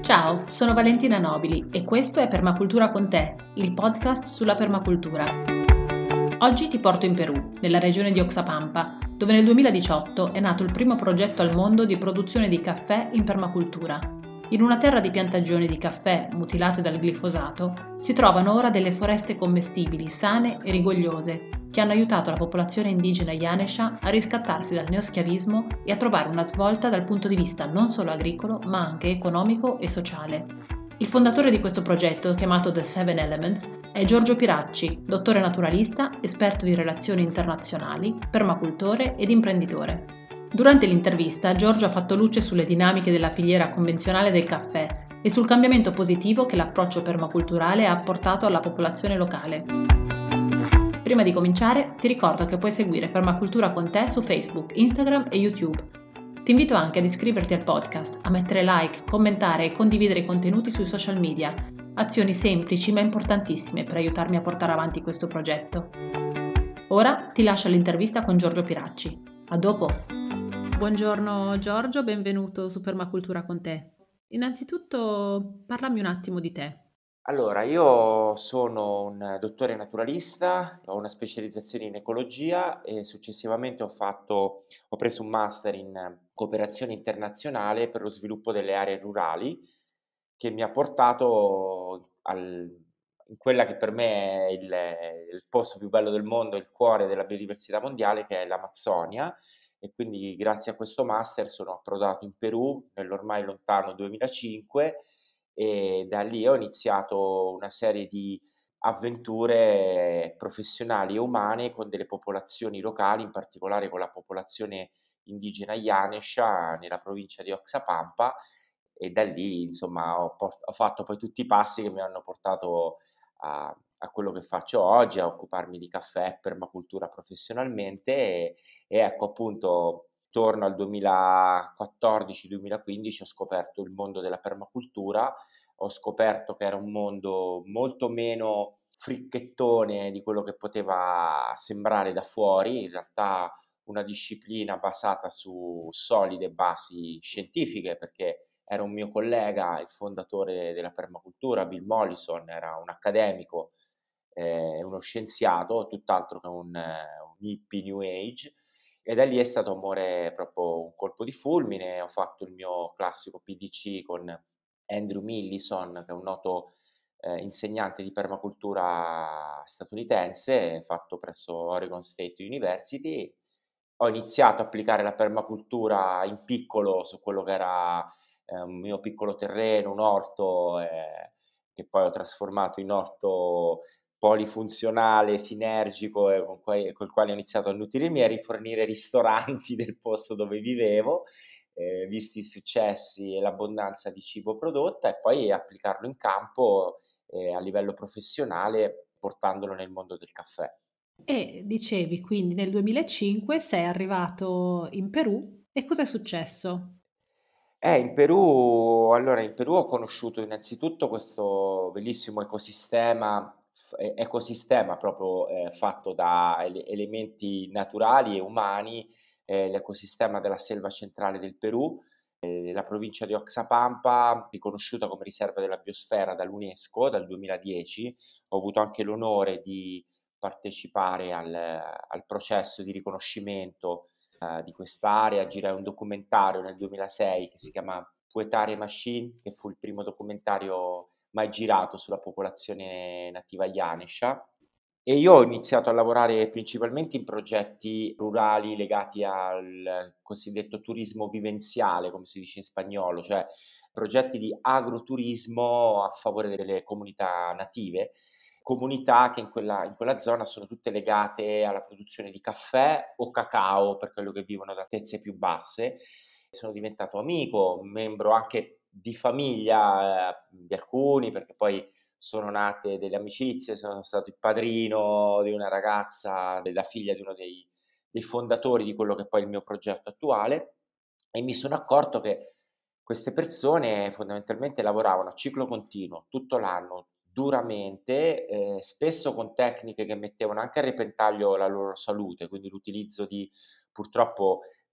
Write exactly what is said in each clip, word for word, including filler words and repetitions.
Ciao, sono Valentina Nobili e questo è Permacultura con te, il podcast sulla permacultura. Oggi ti porto in Perù, nella regione di Oxapampa, dove nel duemiladiciotto è nato il primo progetto al mondo di produzione di caffè in permacultura. In una terra di piantagioni di caffè mutilate dal glifosato, si trovano ora delle foreste commestibili sane e rigogliose, che hanno aiutato la popolazione indigena Yanesha a riscattarsi dal neoschiavismo e a trovare una svolta dal punto di vista non solo agricolo, ma anche economico e sociale. Il fondatore di questo progetto, chiamato The Seven Elements, è Giorgio Piracci, dottore naturalista, esperto di relazioni internazionali, permacultore ed imprenditore. Durante l'intervista, Giorgio ha fatto luce sulle dinamiche della filiera convenzionale del caffè e sul cambiamento positivo che l'approccio permaculturale ha apportato alla popolazione locale. Prima di cominciare, ti ricordo che puoi seguire Permacultura con te su Facebook, Instagram e YouTube. Ti invito anche ad iscriverti al podcast, a mettere like, commentare e condividere i contenuti sui social media, azioni semplici ma importantissime per aiutarmi a portare avanti questo progetto. Ora ti lascio l'intervista con Giorgio Piracci. A dopo! Buongiorno Giorgio, benvenuto su Permacultura con te. Innanzitutto parlami un attimo di te. Allora, io sono un dottore naturalista, ho una specializzazione in ecologia e successivamente ho fatto, ho preso un master in cooperazione internazionale per lo sviluppo delle aree rurali, che mi ha portato al- in quella che per me è il, il posto più bello del mondo, il cuore della biodiversità mondiale, che è l'Amazzonia. E quindi grazie a questo master sono approdato in Perù nell'ormai lontano duemilacinque e da lì ho iniziato una serie di avventure professionali e umane con delle popolazioni locali, in particolare con la popolazione indigena Yanesha nella provincia di Oxapampa, e da lì insomma ho, port- ho fatto poi tutti i passi che mi hanno portato a, a quello che faccio oggi, a occuparmi di caffè e permacultura professionalmente e, e ecco appunto attorno al duemilaquattordici-duemilaquindici ho scoperto il mondo della permacultura, ho scoperto che era un mondo molto meno fricchettone di quello che poteva sembrare da fuori, in realtà una disciplina basata su solide basi scientifiche, perché era un mio collega, il fondatore della permacultura, Bill Mollison, era un accademico, eh, uno scienziato, tutt'altro che un, eh, un hippie new age, e da lì è stato amore proprio un colpo di fulmine. Ho fatto il mio classico P D C con Andrew Millison, che è un noto eh, insegnante di permacultura statunitense, fatto presso Oregon State University. Ho iniziato a applicare la permacultura in piccolo su quello che era eh, un mio piccolo terreno, un orto, eh, che poi ho trasformato in orto polifunzionale, sinergico, e con cui, col quale ho iniziato a nutrirmi e a rifornire ristoranti del posto dove vivevo, eh, visti i successi e l'abbondanza di cibo prodotta, e poi applicarlo in campo eh, a livello professionale, portandolo nel mondo del caffè. E dicevi quindi nel duemilacinque sei arrivato in Perù e cosa è successo? Eh, in Perù, allora in Perù ho conosciuto innanzitutto questo bellissimo ecosistema, f- e- ecosistema proprio eh, fatto da ele- elementi naturali e umani, eh, l'ecosistema della selva centrale del Perù, eh, la provincia di Oxapampa, riconosciuta come riserva della biosfera dall'UNESCO dal duemiladieci. Ho avuto anche l'onore di partecipare al, al processo di riconoscimento eh, di quest'area, girai un documentario nel duemilasei che si chiama Poetare Machine, che fu il primo documentario mai girato sulla popolazione nativa Yanesha. E io ho iniziato a lavorare principalmente in progetti rurali legati al cosiddetto turismo vivenziale, come si dice in spagnolo, cioè progetti di agroturismo a favore delle comunità native, comunità che in quella, in quella zona sono tutte legate alla produzione di caffè o cacao, per quello che vivono ad altezze più basse. Sono diventato amico, membro anche di famiglia eh, di alcuni, perché poi sono nate delle amicizie, sono stato il padrino di una ragazza, della figlia di uno dei, dei fondatori di quello che poi è il mio progetto attuale, e mi sono accorto che queste persone fondamentalmente lavoravano a ciclo continuo tutto l'anno, duramente, eh, spesso con tecniche che mettevano anche a repentaglio la loro salute, quindi l'utilizzo di purtroppo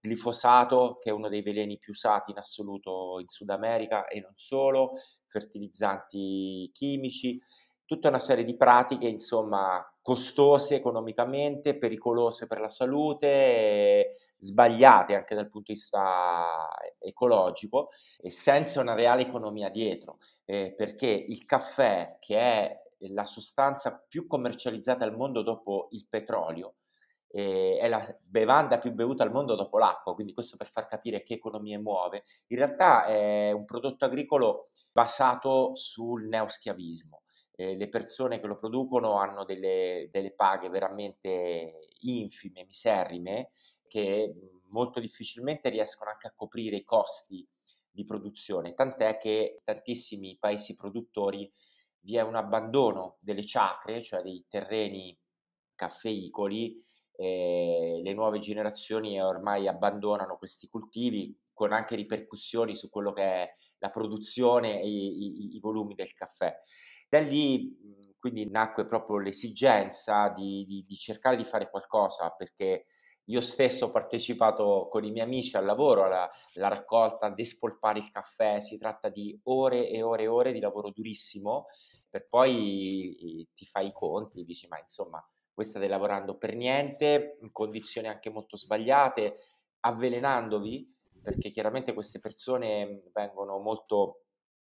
glifosato, che è uno dei veleni più usati in assoluto in Sud America e non solo, fertilizzanti chimici, tutta una serie di pratiche, insomma, costose economicamente, pericolose per la salute, e sbagliate anche dal punto di vista ecologico e senza una reale economia dietro, ehm, perché il caffè, che è la sostanza più commercializzata al mondo dopo il petrolio, ehm, è la bevanda più bevuta al mondo dopo l'acqua, quindi questo per far capire che economie muove, in realtà è un prodotto agricolo basato sul neoschiavismo. Ehm, le persone che lo producono hanno delle delle paghe veramente infime, miserrime, che, mhmm, molto difficilmente riescono anche a coprire i costi di produzione, tant'è che tantissimi paesi produttori vi è un abbandono delle chacre, cioè dei terreni caffeicoli, e le nuove generazioni ormai abbandonano questi cultivi, con anche ripercussioni su quello che è la produzione e i i i volumi del caffè. Da lì, mhmm, quindi nacque proprio l'esigenza di di di cercare di fare qualcosa, perché io stesso ho partecipato con i miei amici al lavoro, alla alla raccolta, a despolpare il caffè, si tratta di ore e ore e ore di lavoro durissimo, per poi i ti fai i conti, dici: "Ma insomma, voi state lavorando per niente, in condizioni anche molto sbagliate, avvelenandovi", perché chiaramente queste persone, mhmm, vengono molto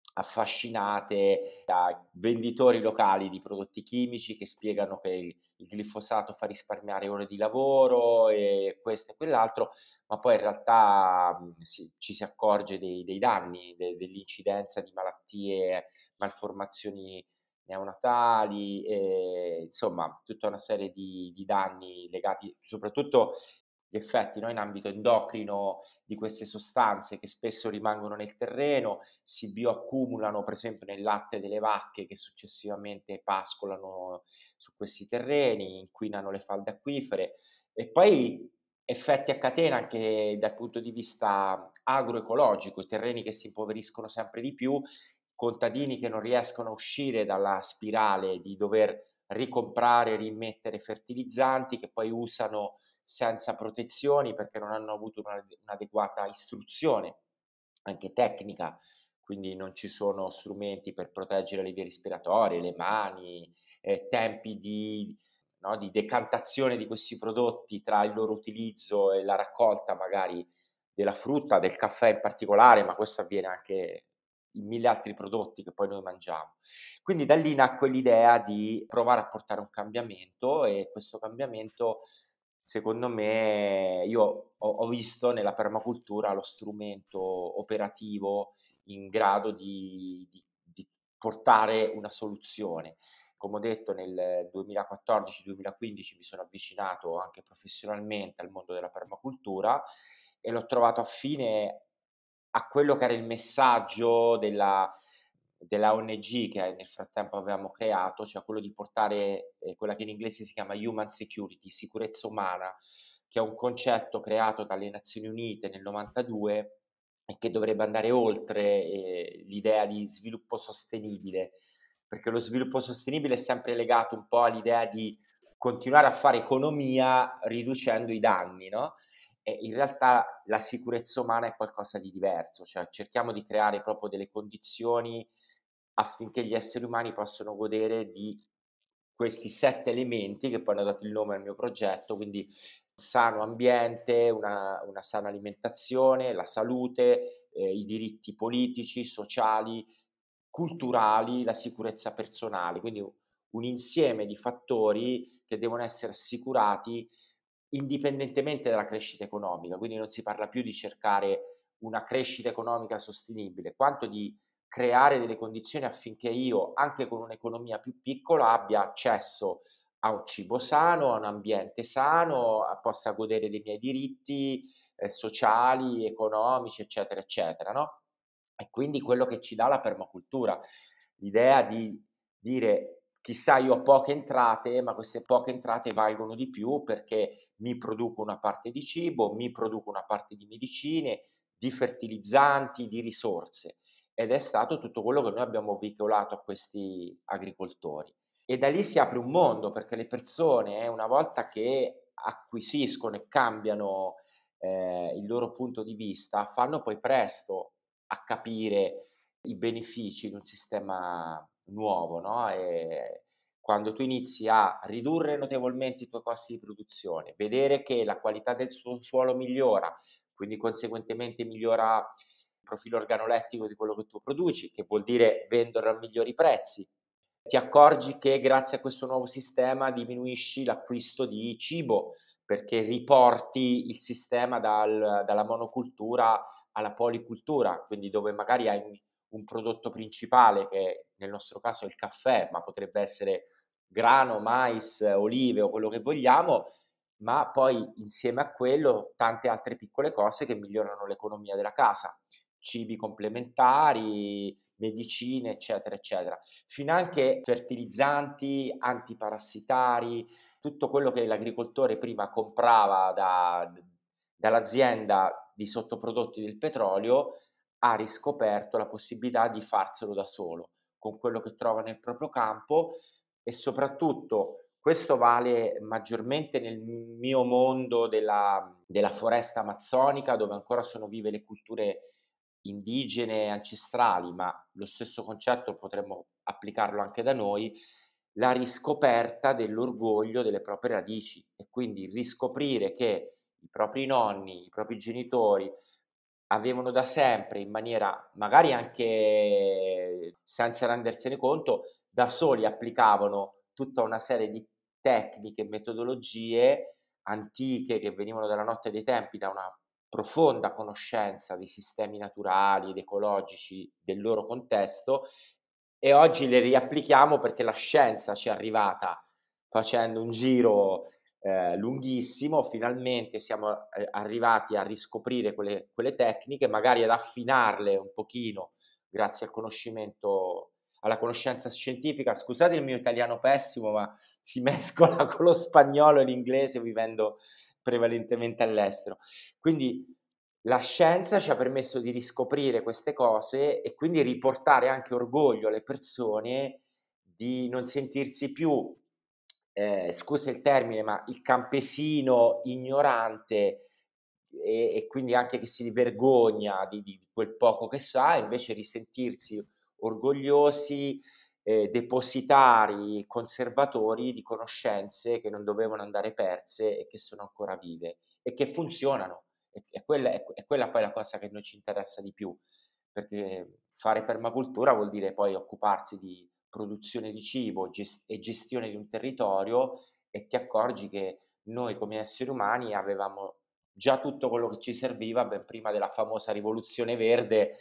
affascinate da venditori locali di prodotti chimici che spiegano che il il glifosato fa risparmiare ore di lavoro e questo e quell'altro, ma poi in realtà, mhmm, si ci si accorge dei dei danni, de dell'incidenza di malattie, malformazioni neonatali, ehm, insomma tutta una serie di di danni legati soprattutto gli effetti, no, in ambito endocrino di queste sostanze che spesso rimangono nel terreno, si bioaccumulano per esempio nel latte delle vacche che successivamente pascolano su questi terreni, inquinano le falde acquifere e poi effetti a catena anche dal punto di vista agroecologico, i terreni che si impoveriscono sempre di più, contadini che non riescono a uscire dalla spirale di dover ricomprare e rimettere fertilizzanti che poi usano senza protezioni perché non hanno avuto una un'adeguata istruzione anche tecnica, quindi non ci sono strumenti per proteggere le vie respiratorie, le mani, ehm, tempi di no, di decantazione di questi prodotti tra il loro utilizzo e la raccolta magari della frutta, del caffè in particolare, ma questo avviene anche in mille altri prodotti che poi noi mangiamo. Quindi da lì nacque l'idea di provare a portare un cambiamento e questo cambiamento, secondo me, io ho ho visto nella permacultura lo strumento operativo in grado di di di portare una soluzione. Come ho detto nel duemilaquattordici, duemilaquindici mi sono avvicinato anche professionalmente al mondo della permacultura e l'ho trovato affine a quello che era il messaggio della della O N G che nel frattempo avevamo creato, cioè quello di portare, ehm, quella che in inglese si chiama human security, sicurezza umana, che è un concetto creato dalle Nazioni Unite nel 'novantadue e che dovrebbe andare oltre, ehm, l'idea di sviluppo sostenibile, perché lo sviluppo sostenibile è sempre legato un po' all'idea di continuare a fare economia riducendo i danni, no, e in realtà la sicurezza umana è qualcosa di diverso, cioè cerchiamo di creare proprio delle condizioni affinché gli esseri umani possano godere di questi sette elementi che poi hanno dato il nome al mio progetto, quindi sano ambiente, una una sana alimentazione, la salute, ehm, i diritti politici, sociali, culturali, la sicurezza personale, quindi u un insieme di fattori che devono essere assicurati indipendentemente dalla crescita economica. Quindi non si parla più di cercare una crescita economica sostenibile, quanto di creare delle condizioni affinché io, anche con un'economia più piccola, abbia accesso a un cibo sano, a un ambiente sano, a possa godere dei miei diritti, ehm, sociali, economici, eccetera, eccetera, no, e quindi quello che ci dà la permacultura, l'idea di dire: "Chissà, io ho poche entrate, ma queste poche entrate valgono di più perché mi produco una parte di cibo, mi produco una parte di medicine, di fertilizzanti, di risorse". Ed è stato tutto quello che noi abbiamo veicolato a questi agricoltori. E da lì si apre un mondo, perché le persone una volta che acquisiscono e cambiano, ehm, il loro punto di vista, fanno poi presto a capire i benefici di un sistema nuovo, no, ehm, quando tu inizi a ridurre notevolmente i tuoi costi di produzione, vedere che la qualità del suo suolo migliora, quindi conseguentemente migliora il profilo organolettico di quello che tu produci, che vuol dire vendere a migliori prezzi. Ti accorgi che grazie a questo nuovo sistema diminuisci l'acquisto di cibo, perché riporti il sistema dal dalla monocultura alla policultura, quindi dove magari hai un un prodotto principale che nel nostro caso è il caffè, ma potrebbe essere grano, mais, olive o quello che vogliamo, ma poi insieme a quello tante altre piccole cose che migliorano l'economia della casa, cibi complementari, medicine, eccetera, eccetera. Finanche fertilizzanti, antiparassitari, tutto quello che l'agricoltore prima comprava da d dall'azienda di sottoprodotti del petrolio, ha riscoperto la possibilità di farselo da solo, con quello che trova nel proprio campo e soprattutto questo vale maggiormente nel mio mondo della della foresta amazzonica, dove ancora sono vive le culture indigene ancestrali, ma lo stesso concetto potremmo applicarlo anche da noi, la riscoperta dell'orgoglio delle proprie radici e quindi riscoprire che i propri nonni, i propri genitori avevano da sempre in maniera magari anche senza rendersene conto, da soli applicavano tutta una serie di tecniche e metodologie antiche che venivano dalla notte dei tempi, da una profonda conoscenza dei sistemi naturali ed ecologici del loro contesto e oggi le riapplichiamo perché la scienza ci è arrivata facendo un giro, ehm, lunghissimo, finalmente siamo, ehm, arrivati a riscoprire quelle quelle tecniche, magari ad affinarle un pochino grazie al conoscimento alla conoscenza scientifica. Scusate il mio italiano pessimo, ma si mescola con lo spagnolo e l'inglese vivendo prevalentemente all'estero. Quindi la scienza ci ha permesso di riscoprire queste cose e quindi riportare anche orgoglio alle persone di non sentirsi più, ehm, scusa il termine, ma il campesino ignorante e e quindi anche che si vergogna di di quel poco che sa, invece di sentirsi orgogliosi, ehm, depositari, conservatori di conoscenze che non dovevano andare perse e che sono ancora vive e che funzionano. E e quella è q è quella poi la cosa che noi ci interessa di più, perché fare permacultura vuol dire poi occuparsi di produzione di cibo, ges e gestione di un territorio e ti accorgi che noi come esseri umani avevamo già tutto quello che ci serviva ben prima della famosa rivoluzione verde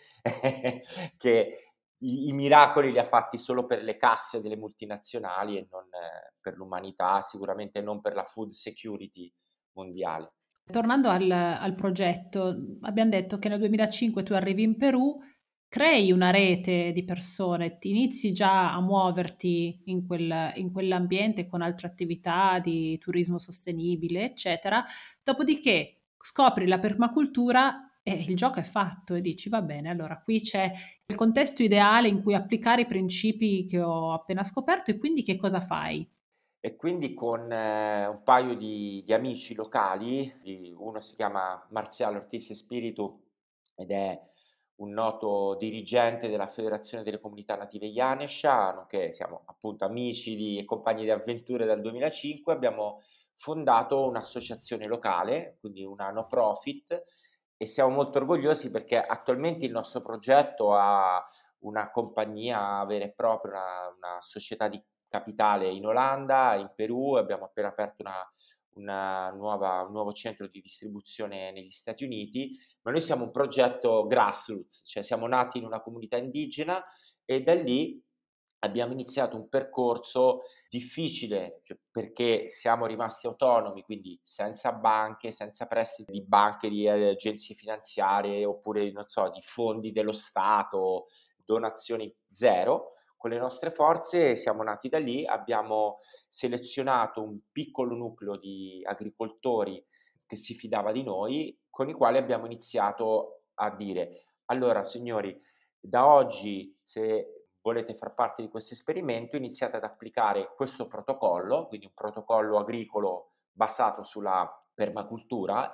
che i i miracoli li ha fatti solo per le casse delle multinazionali e non eh, per l'umanità, sicuramente non per la food security mondiale. Tornando al al progetto, mhmm, abbiam detto che nel duemilacinque tu arrivi in Perù, crei una rete di persone, ti inizi già a muoverti in quel in quell'ambiente con altre attività di turismo sostenibile, eccetera. Dopodiché scopri la permacultura e il gioco è fatto e dici: "Va bene, allora qui c'è il contesto ideale in cui applicare i principi che ho appena scoperto e quindi che cosa fai?" E quindi con eh, un paio di di amici locali, di uno si chiama Marzial Ortiz Espiritu ed è un noto dirigente della Federazione delle Comunità Native Yanesha, nonché siamo appunto amici di e compagni di avventure dal duemilacinque, abbiamo fondato un'associazione locale, quindi una no profit, e siamo molto orgogliosi perché attualmente il nostro progetto ha una compagnia vera e propria, una una società di capitale in Olanda, in Perù, abbiamo appena aperto una una nuova un nuovo centro di distribuzione negli Stati Uniti, ma noi siamo un progetto grassroots, cioè siamo nati in una comunità indigena e da lì abbiamo iniziato un percorso difficile, cioè perché siamo rimasti autonomi, quindi senza banche, senza prestiti di banche, di eh, agenzie finanziarie oppure, non so, di fondi dello Stato, donazioni zero. Con le nostre forze siamo nati da lì, abbiamo selezionato un piccolo nucleo di agricoltori che si fidava di noi, con i quali abbiamo iniziato a dire: "Allora signori, da oggi se volete far parte di questo esperimento iniziate ad applicare questo protocollo", quindi un protocollo agricolo basato sulla permacultura,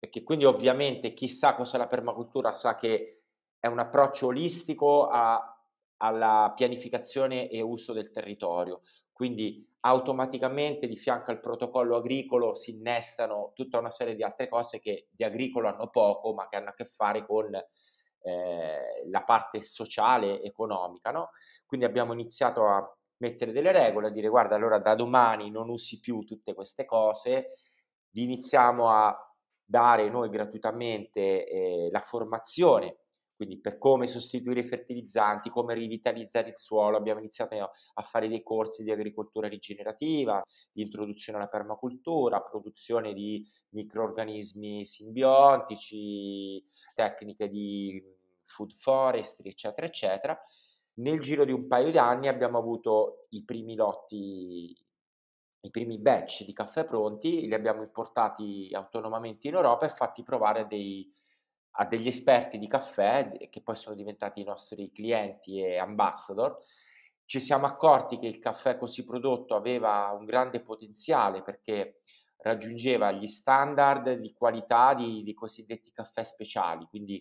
e che quindi ovviamente chi sa cos'è la permacultura sa che è un approccio olistico a alla pianificazione e uso del territorio. Quindi automaticamente di fianco al protocollo agricolo si innestano tutta una serie di altre cose che di agricolo hanno poco, ma che hanno a che fare con ehm, la parte sociale, economica, no, quindi abbiamo iniziato a mettere delle regole, a dire: "Guarda, allora da domani non usi più tutte queste cose, vi iniziamo a dare noi gratuitamente, ehm, la formazione, quindi per come sostituire i fertilizzanti, come rivitalizzare il suolo." Abbiamo iniziato a a fare dei corsi di agricoltura rigenerativa, di introduzione alla permacultura, produzione di microrganismi simbiontici, tecniche di food forestry, eccetera, eccetera. Nel giro di un paio di anni abbiamo avuto i primi lotti, i primi batch di caffè pronti, li abbiamo importati autonomamente in Europa e fatti provare a dei a degli esperti di caffè d che poi sono diventati i nostri clienti e ambassador. Ci siamo accorti che il caffè così prodotto aveva un grande potenziale perché raggiungeva gli standard di qualità di dei cosiddetti caffè speciali, quindi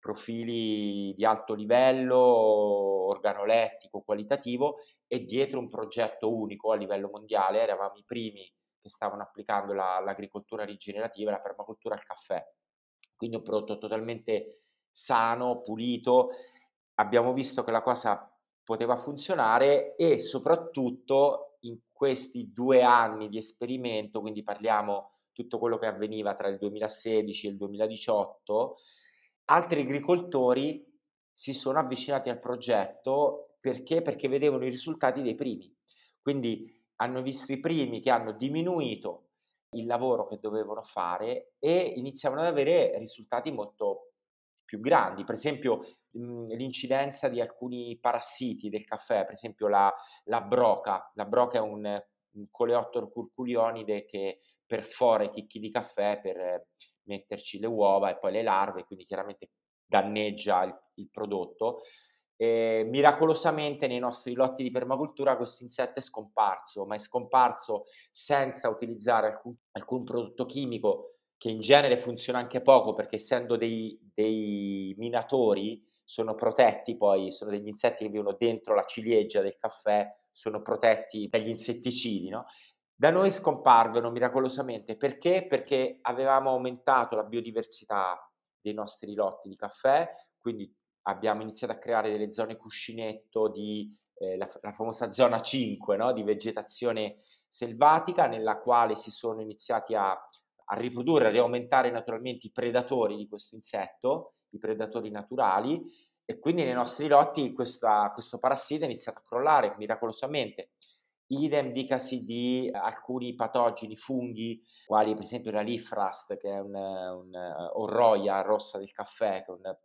profili di alto livello, organolettico, qualitativo e dietro un progetto unico a livello mondiale. Eravamo i primi che stavano applicando la l'agricoltura rigenerativa e la permacultura al caffè. Quindi un prodotto totalmente sano, pulito. Abbiamo visto che la cosa poteva funzionare e soprattutto in questi due anni di esperimento, quindi parliamo tutto quello che avveniva tra il duemilasedici e il duemiladiciotto, altri agricoltori si sono avvicinati al progetto perché? Perché vedevano i risultati dei primi. Quindi hanno visto i primi che hanno diminuito il lavoro che dovevano fare e iniziavano ad avere risultati molto più grandi. Per esempio, mhmm, l'incidenza di alcuni parassiti del caffè, per esempio la la broca. La broca è un un coleottero curculionide che perfora i chicchi di caffè per metterci le uova e poi le larve, quindi chiaramente danneggia il il prodotto. Ehm, miracolosamente nei nostri lotti di permacultura questo insetto è scomparso, ma è scomparso senza utilizzare alcun alcun prodotto chimico, che in genere funziona anche poco perché essendo dei dei minatori sono protetti, poi sono degli insetti che vivono dentro la ciliegia del caffè, sono protetti dagli insetticidi, no, da noi scomparvero miracolosamente. Perché? Perché avevamo aumentato la biodiversità dei nostri lotti di caffè, quindi abbiamo iniziato a creare delle zone cuscinetto di ehm, la f la famosa zona cinque, no, di vegetazione selvatica, nella quale si sono iniziati a a riprodurre, a riaumentare naturalmente i predatori di questo insetto, i predatori naturali, e quindi nei nostri lotti questa questo parassita ha iniziato a crollare miracolosamente. Idem dicasi di alcuni patogeni, funghi, quali per esempio la leaf rust, che è un un o roya rossa del caffè, che è un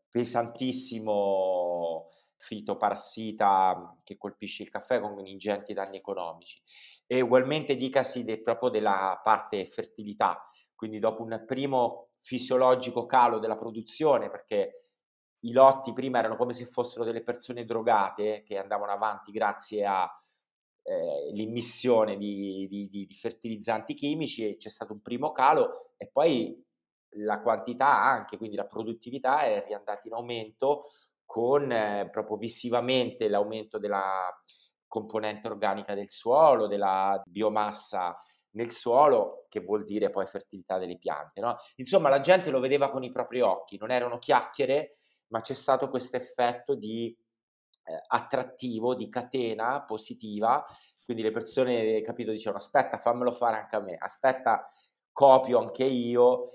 pesantissimo fitoparassita che colpisce il caffè con ingenti danni economici. E ugualmente dicasi de proprio della parte fertilità, quindi dopo un primo fisiologico calo della produzione, perché i lotti prima erano come se fossero delle persone drogate che andavano avanti grazie a ehm, l'immissione di di di di fertilizzanti chimici, e c'è stato un primo calo e poi la quantità anche, quindi la produttività è riandata in aumento con eh, proprio visivamente l'aumento della componente organica del suolo, della biomassa nel suolo, che vuol dire poi fertilità delle piante, no, insomma la gente lo vedeva con i propri occhi, non erano chiacchiere, ma c'è stato questo effetto di ehm, attrattivo, di catena positiva, quindi le persone, capito, dicevano: "Aspetta, fammelo fare anche a me, aspetta, copio anche io."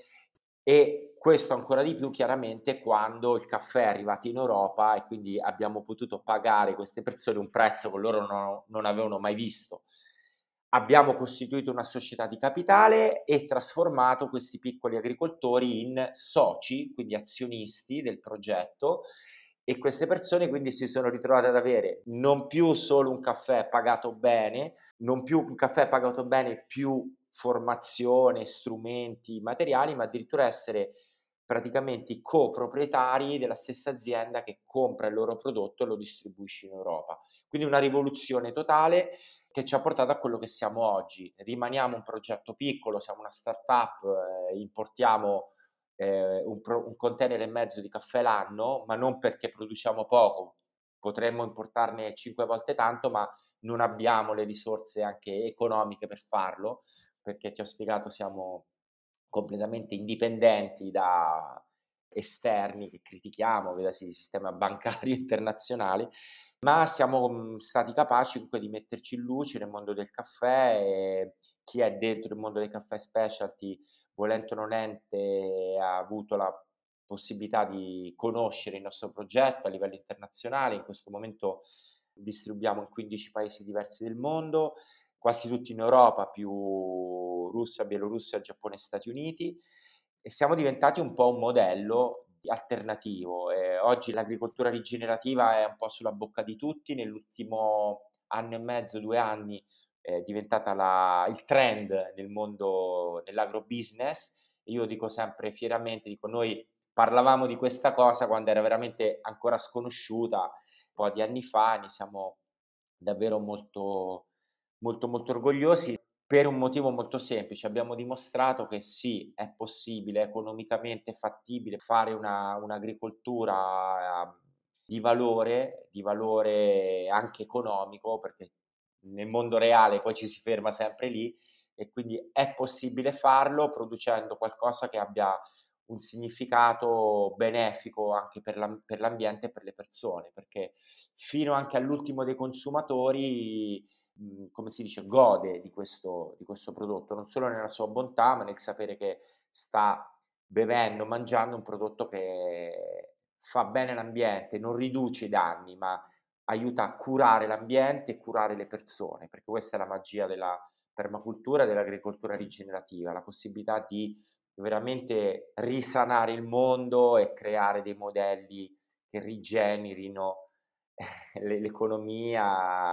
E questo ancora di più chiaramente quando il caffè è arrivato in Europa e quindi abbiamo potuto pagare queste persone un prezzo che loro no non avevano mai visto. Abbiamo costituito una società di capitale e trasformato questi piccoli agricoltori in soci, quindi azionisti del progetto, e queste persone quindi si sono ritrovate ad avere non più solo un caffè pagato bene, non più un caffè pagato bene più formazione, strumenti, materiali, ma addirittura essere praticamente i coproprietari della stessa azienda che compra il loro prodotto e lo distribuisce in Europa. Quindi una rivoluzione totale che ci ha portato a quello che siamo oggi. Rimaniamo un progetto piccolo, siamo una startup, ehm, importiamo eh, un, pro- un container e mezzo di caffè l'anno, ma non perché produciamo poco, potremmo importarne cinque volte tanto, ma non abbiamo le risorse anche economiche per farlo, perché ti ho spiegato, siamo completamente indipendenti da esterni che critichiamo, vedasi il sistema bancario internazionale, ma siamo mh, stati capaci comunque di metterci in luce nel mondo del caffè e chi è dentro il mondo dei caffè specialty, volente o nolente, ha avuto la possibilità di conoscere il nostro progetto a livello internazionale. In questo momento distribuiamo in quindici paesi diversi del mondo, quasi tutti in Europa, più Russia, Bielorussia, Giappone e Stati Uniti, e siamo diventati un po' un modello alternativo. Eh, oggi l'agricoltura rigenerativa è un po' sulla bocca di tutti, nell'ultimo anno e mezzo, due anni è diventata la, il trend nel mondo dell'agrobusiness. Io dico sempre fieramente, dico noi parlavamo di questa cosa quando era veramente ancora sconosciuta, un po' di anni fa, ne siamo davvero molto, molto, molto orgogliosi per un motivo molto semplice. Abbiamo dimostrato che sì, è possibile, economicamente fattibile fare una, un'agricoltura eh, di valore, di valore anche economico, perché nel mondo reale poi ci si ferma sempre lì e quindi è possibile farlo producendo qualcosa che abbia un significato benefico anche per, la, per l'ambiente e per le persone, perché fino anche all'ultimo dei consumatori, mh, come si dice, gode di questo, di questo prodotto, non solo nella sua bontà, ma nel sapere che sta bevendo, mangiando un prodotto che fa bene all'ambiente, non riduce i danni, ma aiuta a curare l'ambiente e curare le persone, perché questa è la magia della permacultura e dell'agricoltura rigenerativa, la possibilità di veramente risanare il mondo e creare dei modelli che rigenerino l'economia,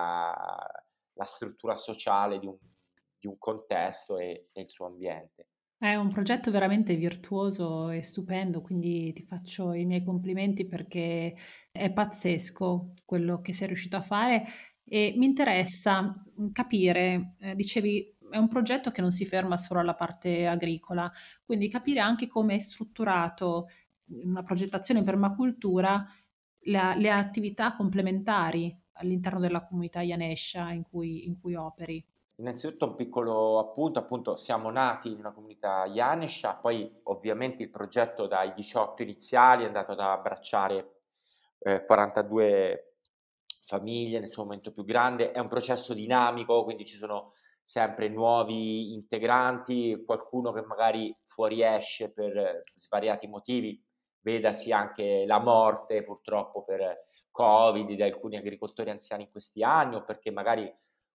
la struttura sociale di un, di un contesto e, e il suo ambiente. È un progetto veramente virtuoso e stupendo, quindi ti faccio i miei complimenti perché è pazzesco quello che sei riuscito a fare e mi interessa mm, capire, eh, dicevi, è un progetto che non si ferma solo alla parte agricola, quindi capire anche come è strutturato in una progettazione in permacultura la- le attività complementari all'interno della comunità Yanesha in cui, in cui operi. Innanzitutto un piccolo appunto, appunto siamo nati in una comunità Yanesha, poi ovviamente il progetto dai diciotto iniziali è andato ad abbracciare eh, quarantadue famiglie nel suo momento più grande, è un processo dinamico, quindi ci sono sempre nuovi integranti, qualcuno che magari fuoriesce per svariati motivi, vedasi anche la morte purtroppo per Covid di alcuni agricoltori anziani in questi anni o perché magari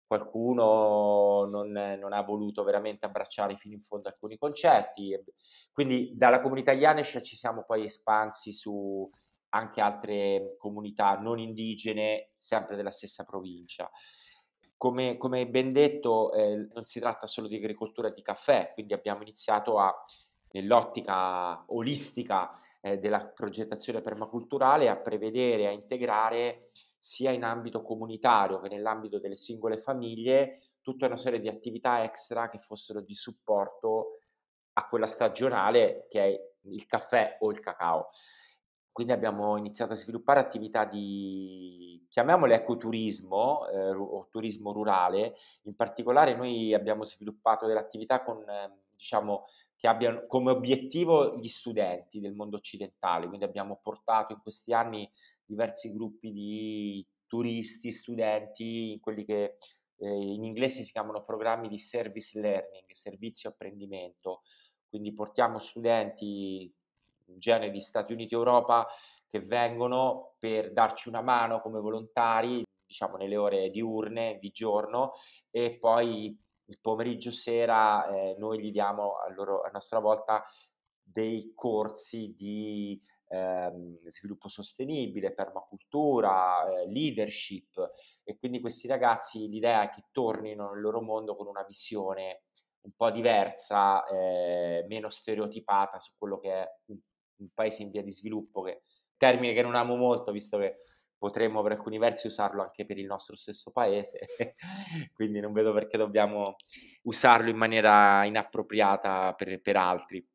qualcuno non, non ha voluto veramente abbracciare fino in fondo alcuni concetti. Quindi dalla comunità Yanesh ci siamo poi espansi su anche altre comunità non indigene, sempre della stessa provincia. Come, come ben detto, eh, non si tratta solo di agricoltura di caffè, quindi abbiamo iniziato a, nell'ottica olistica eh, della progettazione permaculturale, a prevedere, a integrare sia in ambito comunitario che nell'ambito delle singole famiglie tutta una serie di attività extra che fossero di supporto a quella stagionale che è il caffè o il cacao. Quindi abbiamo iniziato a sviluppare attività di, chiamiamole ecoturismo eh, o turismo rurale. In particolare noi abbiamo sviluppato delle attività con, eh, diciamo, che abbiano come obiettivo gli studenti del mondo occidentale. Quindi abbiamo portato in questi anni diversi gruppi di turisti, studenti, in quelli che eh, in inglese si chiamano programmi di service learning, servizio apprendimento. Quindi portiamo studenti in genere di Stati Uniti e Europa che vengono per darci una mano come volontari, diciamo nelle ore diurne, di giorno, e poi il pomeriggio sera eh, noi gli diamo a, loro, a nostra volta dei corsi di ehm, sviluppo sostenibile, permacultura, eh, leadership e quindi questi ragazzi l'idea è che tornino nel loro mondo con una visione un po' diversa, eh, meno stereotipata su quello che è un, un paese in via di sviluppo, che termine che non amo molto, visto che potremmo per alcuni versi usarlo anche per il nostro stesso paese, quindi non vedo perché dobbiamo usarlo in maniera inappropriata per, per altri.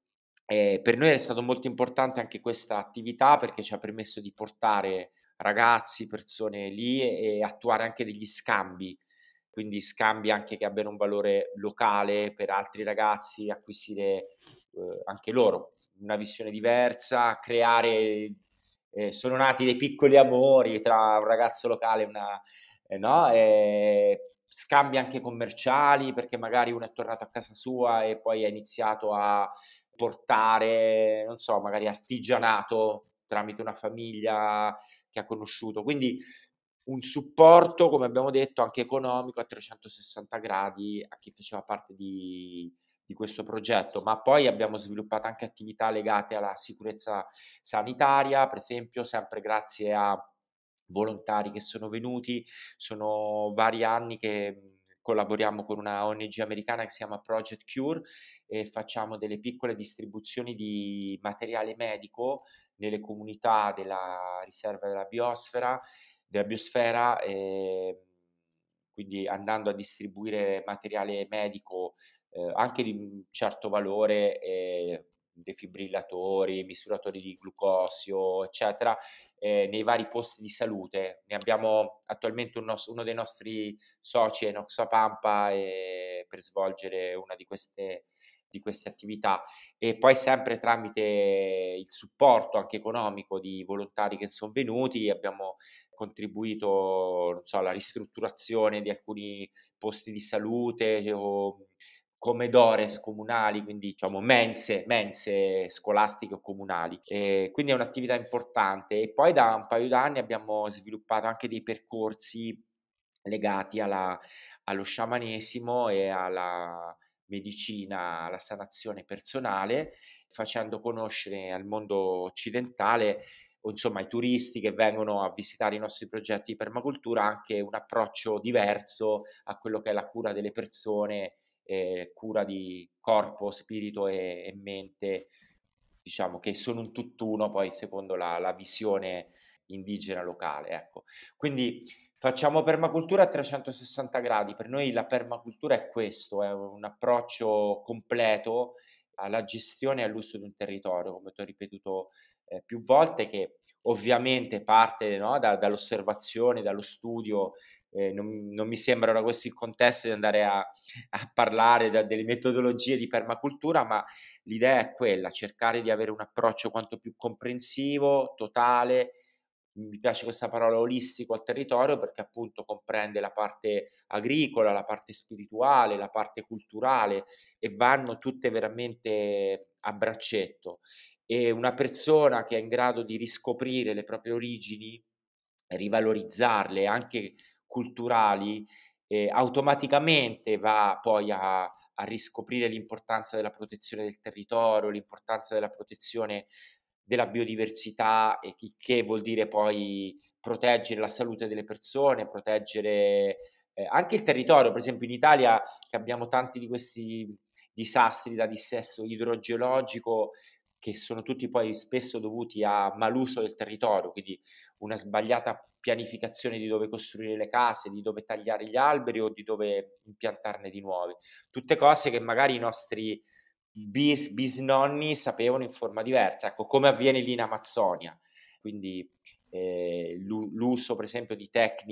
E per noi è stato molto importante anche questa attività perché ci ha permesso di portare ragazzi, persone lì e e attuare anche degli scambi, quindi scambi anche che abbiano un valore locale per altri ragazzi, acquisire, uhm, anche loro una visione diversa, creare ehm, sono nati dei piccoli amori tra un ragazzo locale e una ehm, no, ehm, scambi anche commerciali, perché magari uno è tornato a casa sua e poi ha iniziato a portare, non so, magari artigianato tramite una famiglia che ha conosciuto. Quindi un supporto, come abbiamo detto, anche economico a trecentosessanta gradi a chi faceva parte di di questo progetto, ma poi abbiamo sviluppato anche attività legate alla sicurezza sanitaria, per esempio, sempre grazie a volontari che sono venuti. Sono vari anni che, mhmm, collaboriamo con una O N G americana che si chiama Project Cure e facciamo delle piccole distribuzioni di materiale medico nelle comunità della riserva della biosfera della biosfera, ehm, quindi andando a distribuire materiale medico, ehm, anche di un certo valore, ehm, defibrillatori, misuratori di glucosio, eccetera, ehm, nei vari posti di salute. Ne abbiamo attualmente un nos uno dei nostri soci è in Oxapampa, ehm, per svolgere una di queste di queste attività. E poi sempre tramite il supporto anche economico di volontari che son venuti, abbiamo contribuito, non so, alla ristrutturazione di alcuni posti di salute o comedores comunali, quindi diciamo mense mense scolastiche o comunali. Ehm, quindi è un'attività importante. E poi da un paio d'anni abbiamo sviluppato anche dei percorsi legati alla allo sciamanesimo e alla medicina, alla sanazione personale, facendo conoscere al mondo occidentale o insomma ai turisti che vengono a visitare i nostri progetti di permacultura anche un approccio diverso a quello che è la cura delle persone, ehm, cura di corpo, spirito e e mente, diciamo che sono un tutt'uno poi secondo la la visione indigena locale, ecco. Quindi facciamo permacultura a trecentosessanta gradi. Per noi la permacultura è questo, è un approccio completo alla gestione e all'uso di un territorio, come t'ho ripetuto, ehm, più volte, che ovviamente parte, no, da dall'osservazione, dallo studio. Ehm, non non mi sembra ora questo il contesto di andare a a parlare da delle metodologie di permacultura, ma l'idea è quella, cercare di avere un approccio quanto più comprensivo, totale. Mi piace questa parola olistico al territorio perché appunto comprende la parte agricola, la parte spirituale, la parte culturale e vanno tutte veramente a braccetto. E una persona che è in grado di riscoprire le proprie origini, rivalorizzarle, anche culturali, ehm, automaticamente va poi a a riscoprire l'importanza della protezione del territorio, l'importanza della protezione della biodiversità e il che vuol dire poi proteggere la salute delle persone, proteggere, ehm, anche il territorio. Per esempio in Italia che abbiamo tanti di questi disastri da dissesto idrogeologico, che sono tutti poi spesso dovuti a maluso del territorio, quindi una sbagliata pianificazione di dove costruire le case, di dove tagliare gli alberi o di dove impiantarne di nuovi. Tutte cose che magari i nostri bis bisnonni sapevano in forma diversa, ecco, come avviene lì in Amazzonia. Quindi, ehm, l'u l'uso per esempio di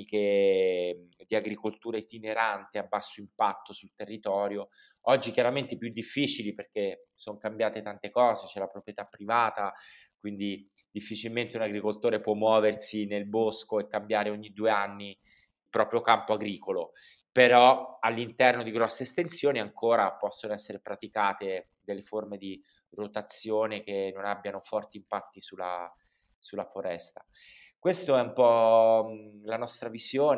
tecniche di agricoltura itinerante a basso impatto sul territorio, oggi chiaramente più difficili perché son cambiate tante cose, c'è la proprietà privata, quindi difficilmente un agricoltore può muoversi nel bosco e cambiare ogni due anni il proprio campo agricolo, però all'interno di grosse estensioni ancora possono essere praticate delle forme di rotazione che non abbiano forti impatti sulla sulla foresta. Questo è un po', mhmm, la nostra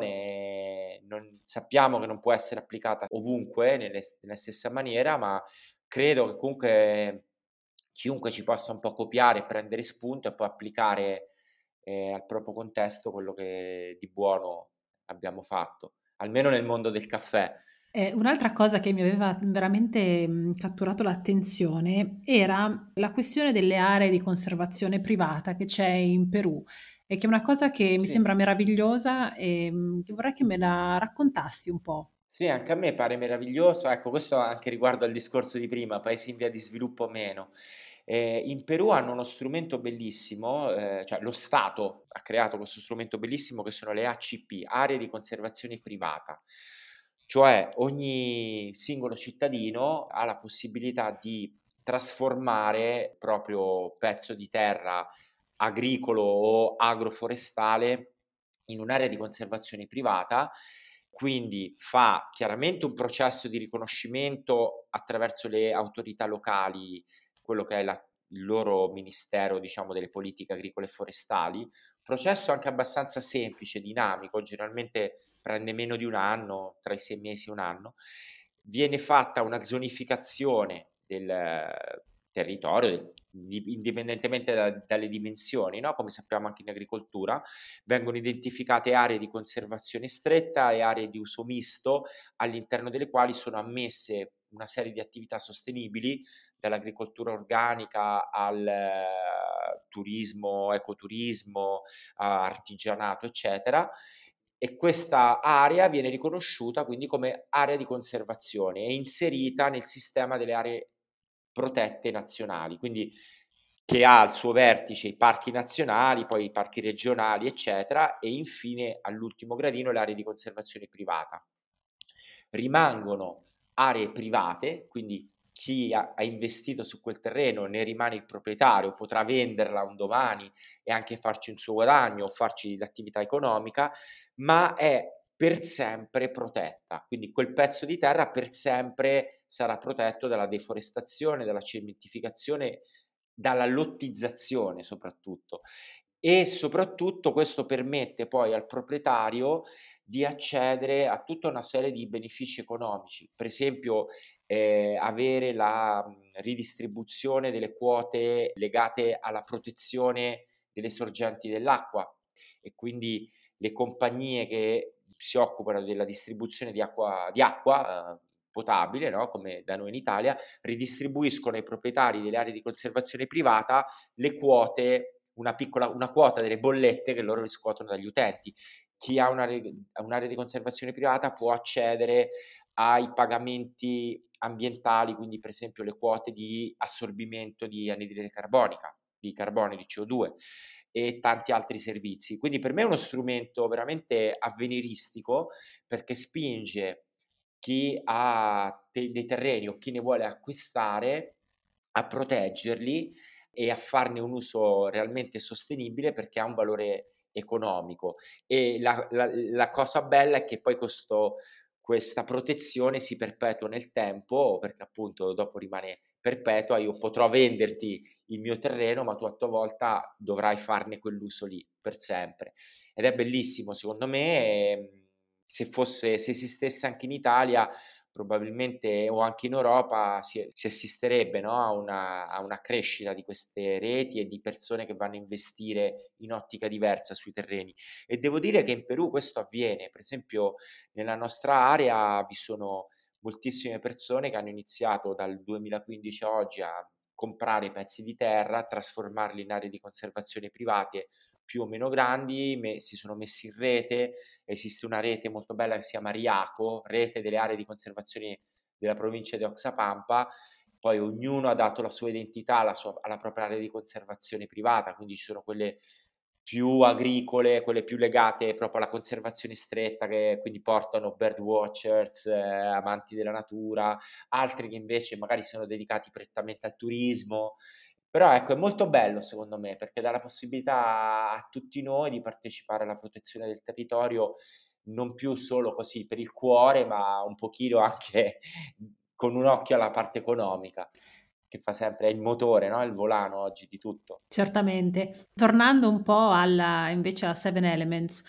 visione, non sappiamo che non può essere applicata ovunque nelle s nella stessa maniera, ma credo che comunque chiunque ci possa un po' copiare e prendere spunto e poi applicare, ehm, al proprio contesto quello che di buono abbiamo fatto, almeno nel mondo del caffè. Eh, un'altra cosa che mi aveva veramente, mhmm, catturato l'attenzione era la questione delle aree di conservazione privata che c'è in Perù e che è una cosa che mi Sì. sembra meravigliosa, ehm, che vorrei che me la raccontassi un po'. Sì, anche a me pare meraviglioso. Ecco, questo anche riguardo al discorso di prima, paesi in via di sviluppo o meno. Eh, in Perù hanno uno strumento bellissimo, eh, cioè lo Stato ha creato questo strumento bellissimo che sono le A C P, aree di conservazione privata, cioè ogni singolo cittadino ha la possibilità di trasformare proprio pezzo di terra agricolo o agroforestale in un'area di conservazione privata, quindi fa chiaramente un processo di riconoscimento attraverso le autorità locali, quello che è la, il loro ministero, diciamo, delle politiche agricole e forestali, processo anche abbastanza semplice, dinamico, generalmente prende meno di un anno, tra i sei mesi e un anno, viene fatta una zonificazione del territorio, indipendentemente da, dalle dimensioni, no? Come sappiamo anche in agricoltura, vengono identificate aree di conservazione stretta e aree di uso misto, all'interno delle quali sono ammesse una serie di attività sostenibili, dall'agricoltura organica al eh, turismo, ecoturismo, artigianato, eccetera. E questa area viene riconosciuta quindi come area di conservazione e inserita nel sistema delle aree protette nazionali, quindi che ha al suo vertice i parchi nazionali, poi i parchi regionali, eccetera, e infine all'ultimo gradino le aree di conservazione privata. Rimangono aree private, quindi chi ha, ha investito su quel terreno ne rimane il proprietario, potrà venderla un domani e anche farci un suo guadagno o farci l'attività economica, ma è per sempre protetta, quindi quel pezzo di terra per sempre sarà protetto dalla deforestazione, dalla cementificazione, dalla lottizzazione soprattutto. E soprattutto questo permette poi al proprietario di accedere a tutta una serie di benefici economici, per esempio eh, avere la mh, ridistribuzione delle quote legate alla protezione delle sorgenti dell'acqua, e quindi le compagnie che si occupano della distribuzione di acqua, di acqua eh, potabile, no? Come da noi in Italia, ridistribuiscono ai proprietari delle aree di conservazione privata le quote, una piccola una quota delle bollette che loro riscuotono dagli utenti. Chi ha un'area, un'area di conservazione privata può accedere ai pagamenti ambientali, quindi per esempio le quote di assorbimento di anidride carbonica, di carbonio, di C O due e tanti altri servizi. Quindi per me è uno strumento veramente avveniristico, perché spinge chi ha te- dei terreni o chi ne vuole acquistare a proteggerli e a farne un uso realmente sostenibile, perché ha un valore economico. E la, la- la cosa bella è che poi questo, questa protezione si perpetua nel tempo, perché appunto dopo rimane perpetua. Io potrò venderti il mio terreno, ma tu a tua volta dovrai farne quell'uso lì per sempre. Ed è bellissimo, secondo me. E, se fosse, se esistesse anche in Italia, probabilmente, o anche in Europa, si, si assisterebbe, no, a, una, a una crescita di queste reti e di persone che vanno a investire in ottica diversa sui terreni. E devo dire che in Perù questo avviene. Per esempio nella nostra area vi sono moltissime persone che hanno iniziato dal duemilaquindici a oggi a comprare pezzi di terra, trasformarli in aree di conservazione private più o meno grandi, me, si sono messi in rete. Esiste una rete molto bella che si chiama RIACO, rete delle aree di conservazione della provincia di Oxapampa. Poi ognuno ha dato la sua identità alla, sua, alla propria area di conservazione privata, quindi ci sono quelle più agricole, quelle più legate proprio alla conservazione stretta, che quindi portano bird watchers, eh, amanti della natura, altri che invece magari sono dedicati prettamente al turismo. Però ecco, è molto bello secondo me, perché dà la possibilità a tutti noi di partecipare alla protezione del territorio, non più solo così per il cuore, ma un pochino anche con un occhio alla parte economica, che fa sempre, è il motore, no? Il volano oggi di tutto. Certamente. Tornando un po' alla invece a Seven Elements,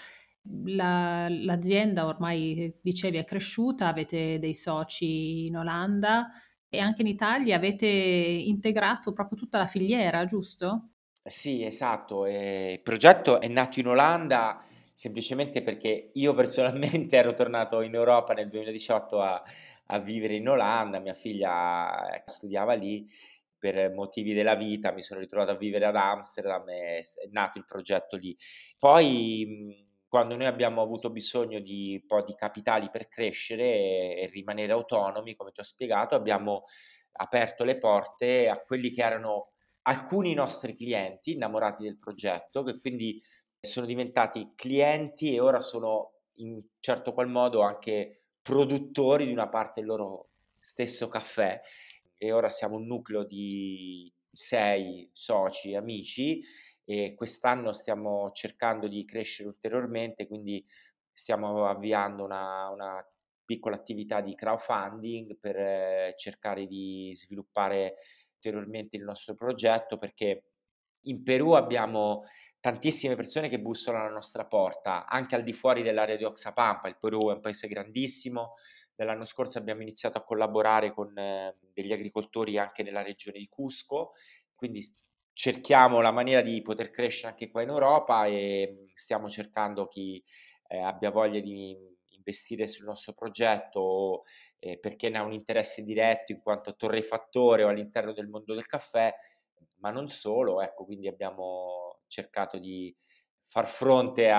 la l'azienda ormai dicevi è cresciuta, avete dei soci in Olanda e anche in Italia avete integrato proprio tutta la filiera, giusto? Sì, esatto. ehm, il progetto è nato in Olanda semplicemente perché io personalmente ero tornato in Europa nel duemiladiciotto a a vivere in Olanda, mia figlia, ecco, studiava lì. Per motivi della vita mi sono ritrovato a vivere ad Amsterdam e s è nato il progetto lì. Poi, mhmm, quando noi abbiamo avuto bisogno di un po' di capitali per crescere e e rimanere autonomi, come ti ho spiegato, abbiamo aperto le porte a quelli che erano alcuni nostri clienti innamorati del progetto, che quindi sono diventati clienti e ora sono in certo qual modo anche produttori di una parte del loro stesso caffè. E ora siamo un nucleo di sei soci amici e quest'anno stiamo cercando di crescere ulteriormente, quindi stiamo avviando una una piccola attività di crowdfunding per eh, cercare di sviluppare ulteriormente il nostro progetto, perché in Perù abbiamo tantissime persone che bussano alla nostra porta, anche al di fuori dell'area di Oxapampa. Il Perù è un paese grandissimo. Dall'anno scorso abbiamo iniziato a collaborare con eh, degli agricoltori anche nella regione di Cusco, quindi s- cerchiamo la maniera di poter crescere anche qua in Europa e mh, stiamo cercando chi eh, abbia voglia di investire sul nostro progetto o eh, perché ne ha un interesse diretto in quanto torrefattore o all'interno del mondo del caffè, ma non solo, ecco, quindi abbiamo cercato di far fronte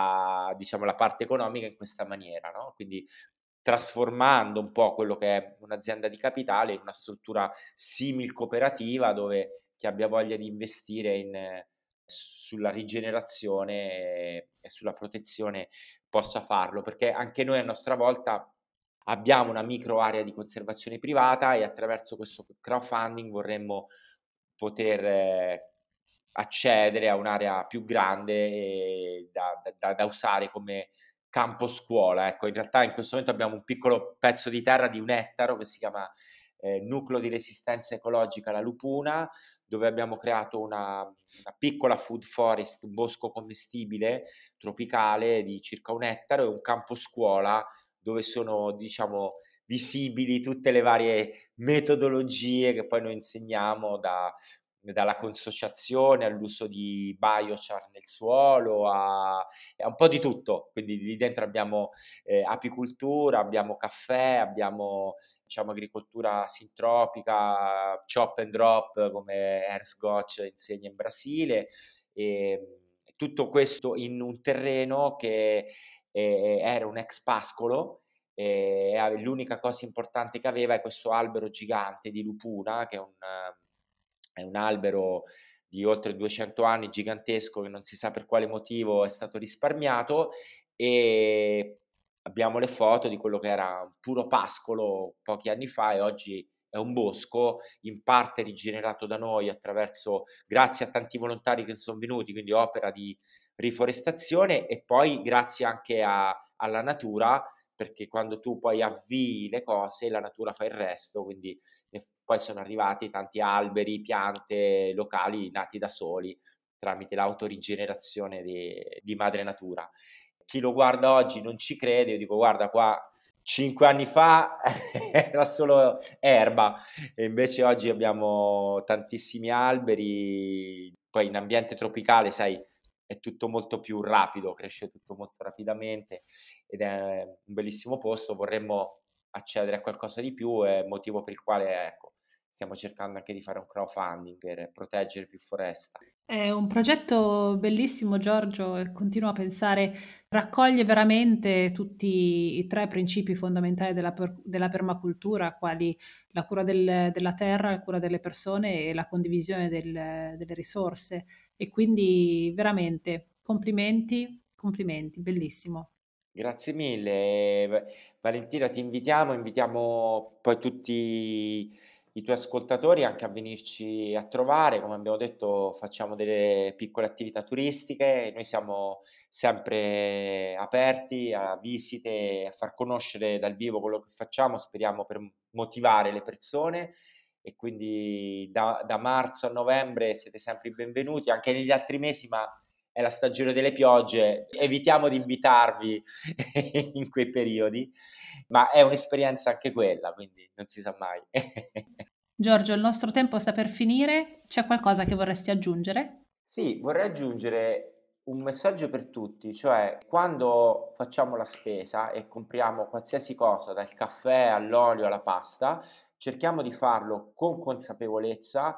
a, diciamo, la parte economica in questa maniera, no? Quindi trasformando un po' quello che è un'azienda di capitale in una struttura simil cooperativa dove chi abbia voglia di investire in, eh, sulla rigenerazione e, e sulla protezione possa farlo, perché anche noi a nostra volta abbiamo una micro area di conservazione privata e attraverso questo crowdfunding vorremmo poter eh, accedere a un'area più grande e da, da- da usare come campo scuola. Ecco, in realtà in questo momento abbiamo un piccolo pezzo di terra di un ettaro che si chiama eh, Nucleo di Resistenza Ecologica La Lupuna, dove abbiamo creato una, una piccola food forest, un bosco commestibile tropicale di circa un ettaro e un campo scuola dove sono, diciamo, visibili tutte le varie metodologie che poi noi insegniamo da dalla consociazione all'uso di biochar nel suolo a, a un po' di tutto. Quindi lì dentro abbiamo eh, apicultura, abbiamo caffè, abbiamo diciamo agricoltura sintropica, chop and drop come Ernst Gotch insegna in Brasile e tutto questo in un terreno che eh, era un ex pascolo e l'unica cosa importante che aveva è questo albero gigante di lupuna, che è un, è un albero di oltre duecento anni, gigantesco, che non si sa per quale motivo è stato risparmiato e abbiamo le foto di quello che era un puro pascolo pochi anni fa e oggi è un bosco in parte rigenerato da noi attraverso, grazie a tanti volontari che sono venuti, quindi opera di riforestazione e poi grazie anche a, alla natura, perché quando tu poi avvii le cose, la natura fa il resto, quindi e poi sono arrivati tanti alberi, piante locali nati da soli tramite l'autorigenerazione di, di madre natura. Chi lo guarda oggi non ci crede, io dico guarda qua cinque anni fa era solo erba e invece oggi abbiamo tantissimi alberi, poi in ambiente tropicale sai è tutto molto più rapido, cresce tutto molto rapidamente ed è un bellissimo posto, vorremmo accedere a qualcosa di più, è motivo per il quale ecco, stiamo cercando anche di fare un crowdfunding per proteggere più foresta. È un progetto bellissimo, Giorgio, e continuo a pensare, raccoglie veramente tutti i tre principi fondamentali della, per- della permacultura, quali la cura del- della terra, la cura delle persone e la condivisione del- delle risorse. E quindi veramente complimenti, complimenti, bellissimo. Grazie mille. Va- Valentina, ti invitiamo, invitiamo poi tutti i tuoi ascoltatori anche a venirci a trovare. Come abbiamo detto, facciamo delle piccole attività turistiche. Noi siamo sempre aperti a visite, a far conoscere dal vivo quello che facciamo. Speriamo per motivare le persone. E quindi da, da marzo a novembre siete sempre i benvenuti, anche negli altri mesi, ma è la stagione delle piogge, evitiamo di invitarvi in quei periodi, ma è un'esperienza anche quella, quindi non si sa mai. Giorgio, il nostro tempo sta per finire. C'è qualcosa che vorresti aggiungere? Sì, vorrei aggiungere un messaggio per tutti, cioè quando facciamo la spesa e compriamo qualsiasi cosa, dal caffè all'olio alla pasta, cerchiamo di farlo con consapevolezza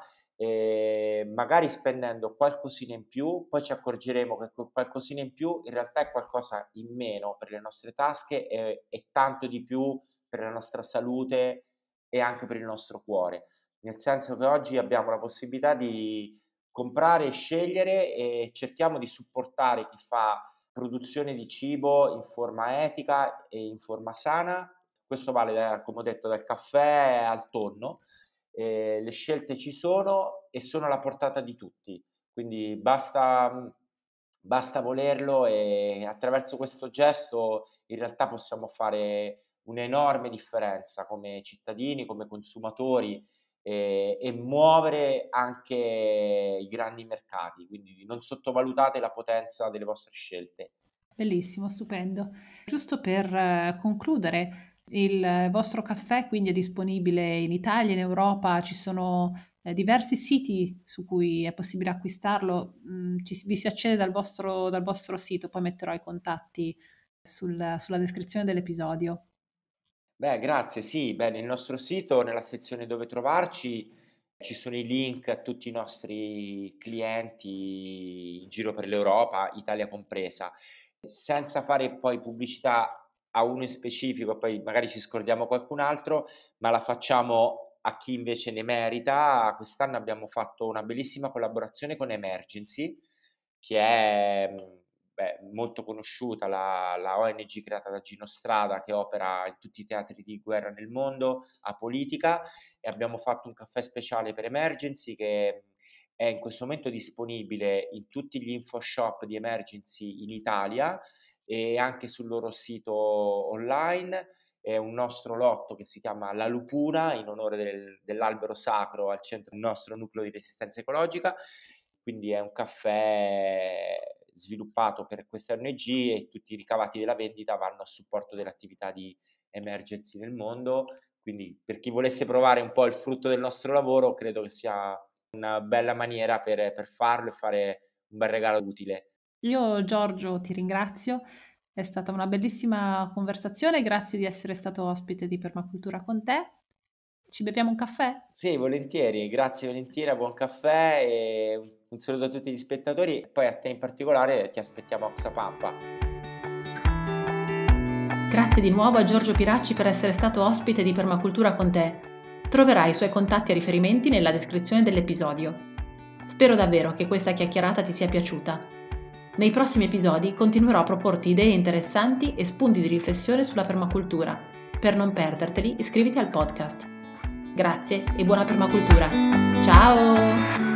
e magari spendendo qualcosina in più, poi ci accorgeremo che quel qualcosina in più in realtà è qualcosa in meno per le nostre tasche e, e tanto di più per la nostra salute e anche per il nostro cuore. nel senso che oggi abbiamo la possibilità di comprare e scegliere e cerchiamo di supportare chi fa produzione di cibo in forma etica e in forma sana. Questo vale da, come ho detto, dal caffè al tonno. Ehm, le scelte ci sono e sono alla portata di tutti, quindi basta mhmm, basta volerlo e attraverso questo gesto in realtà possiamo fare un'enorme differenza come cittadini, come consumatori, ehm, e muovere anche i grandi mercati, quindi non sottovalutate la potenza delle vostre scelte. Bellissimo, stupendo. Giusto per eh, concludere, il vostro caffè quindi è disponibile in Italia, in Europa, ci sono eh, diversi siti su cui è possibile acquistarlo. Mm, ci si- vi si accede dal vostro, dal vostro sito, poi metterò i contatti sul- sulla descrizione dell'episodio. Beh, grazie. Sì, beh, nel nostro sito, nella sezione dove trovarci, ci sono i link a tutti i nostri clienti in giro per l'Europa, Italia compresa, senza fare poi pubblicità a uno in specifico, poi magari ci scordiamo qualcun altro, ma la facciamo a chi invece ne merita. Quest'anno abbiamo fatto una bellissima collaborazione con Emergency, che è mh, beh, molto conosciuta, la, la O N G creata da Gino Strada che opera in tutti i teatri di guerra nel mondo, a politica, e abbiamo fatto un caffè speciale per Emergency che è in questo momento disponibile in tutti gli info shop di Emergency in Italia e anche sul loro sito online. È un nostro lotto che si chiama La Lupuna, in onore del- dell'albero sacro al centro del nostro nucleo di resistenza ecologica. Quindi è un caffè sviluppato per questa O N G e tutti i ricavati della vendita vanno a supporto delle attività di Emergency nel mondo. Quindi per chi volesse provare un po' il frutto del nostro lavoro, credo che sia una bella maniera per, per farlo e fare un bel regalo utile. Io, Giorgio, ti ringrazio, è stata una bellissima conversazione, grazie di essere stato ospite di Permacultura con te. Ci beviamo un caffè? Sì, volentieri, grazie Valentina, buon caffè e un saluto a tutti gli spettatori e poi a te in particolare ti aspettiamo a Oxapampa. Grazie di nuovo a Giorgio Piracci per essere stato ospite di Permacultura con te. Troverai i suoi contatti e riferimenti nella descrizione dell'episodio. Spero davvero che questa chiacchierata ti sia piaciuta. Nei prossimi episodi continuerò a proporti idee interessanti e spunti di riflessione sulla permacultura. Per non perderteli, iscriviti al podcast. Grazie e buona permacultura. Ciao!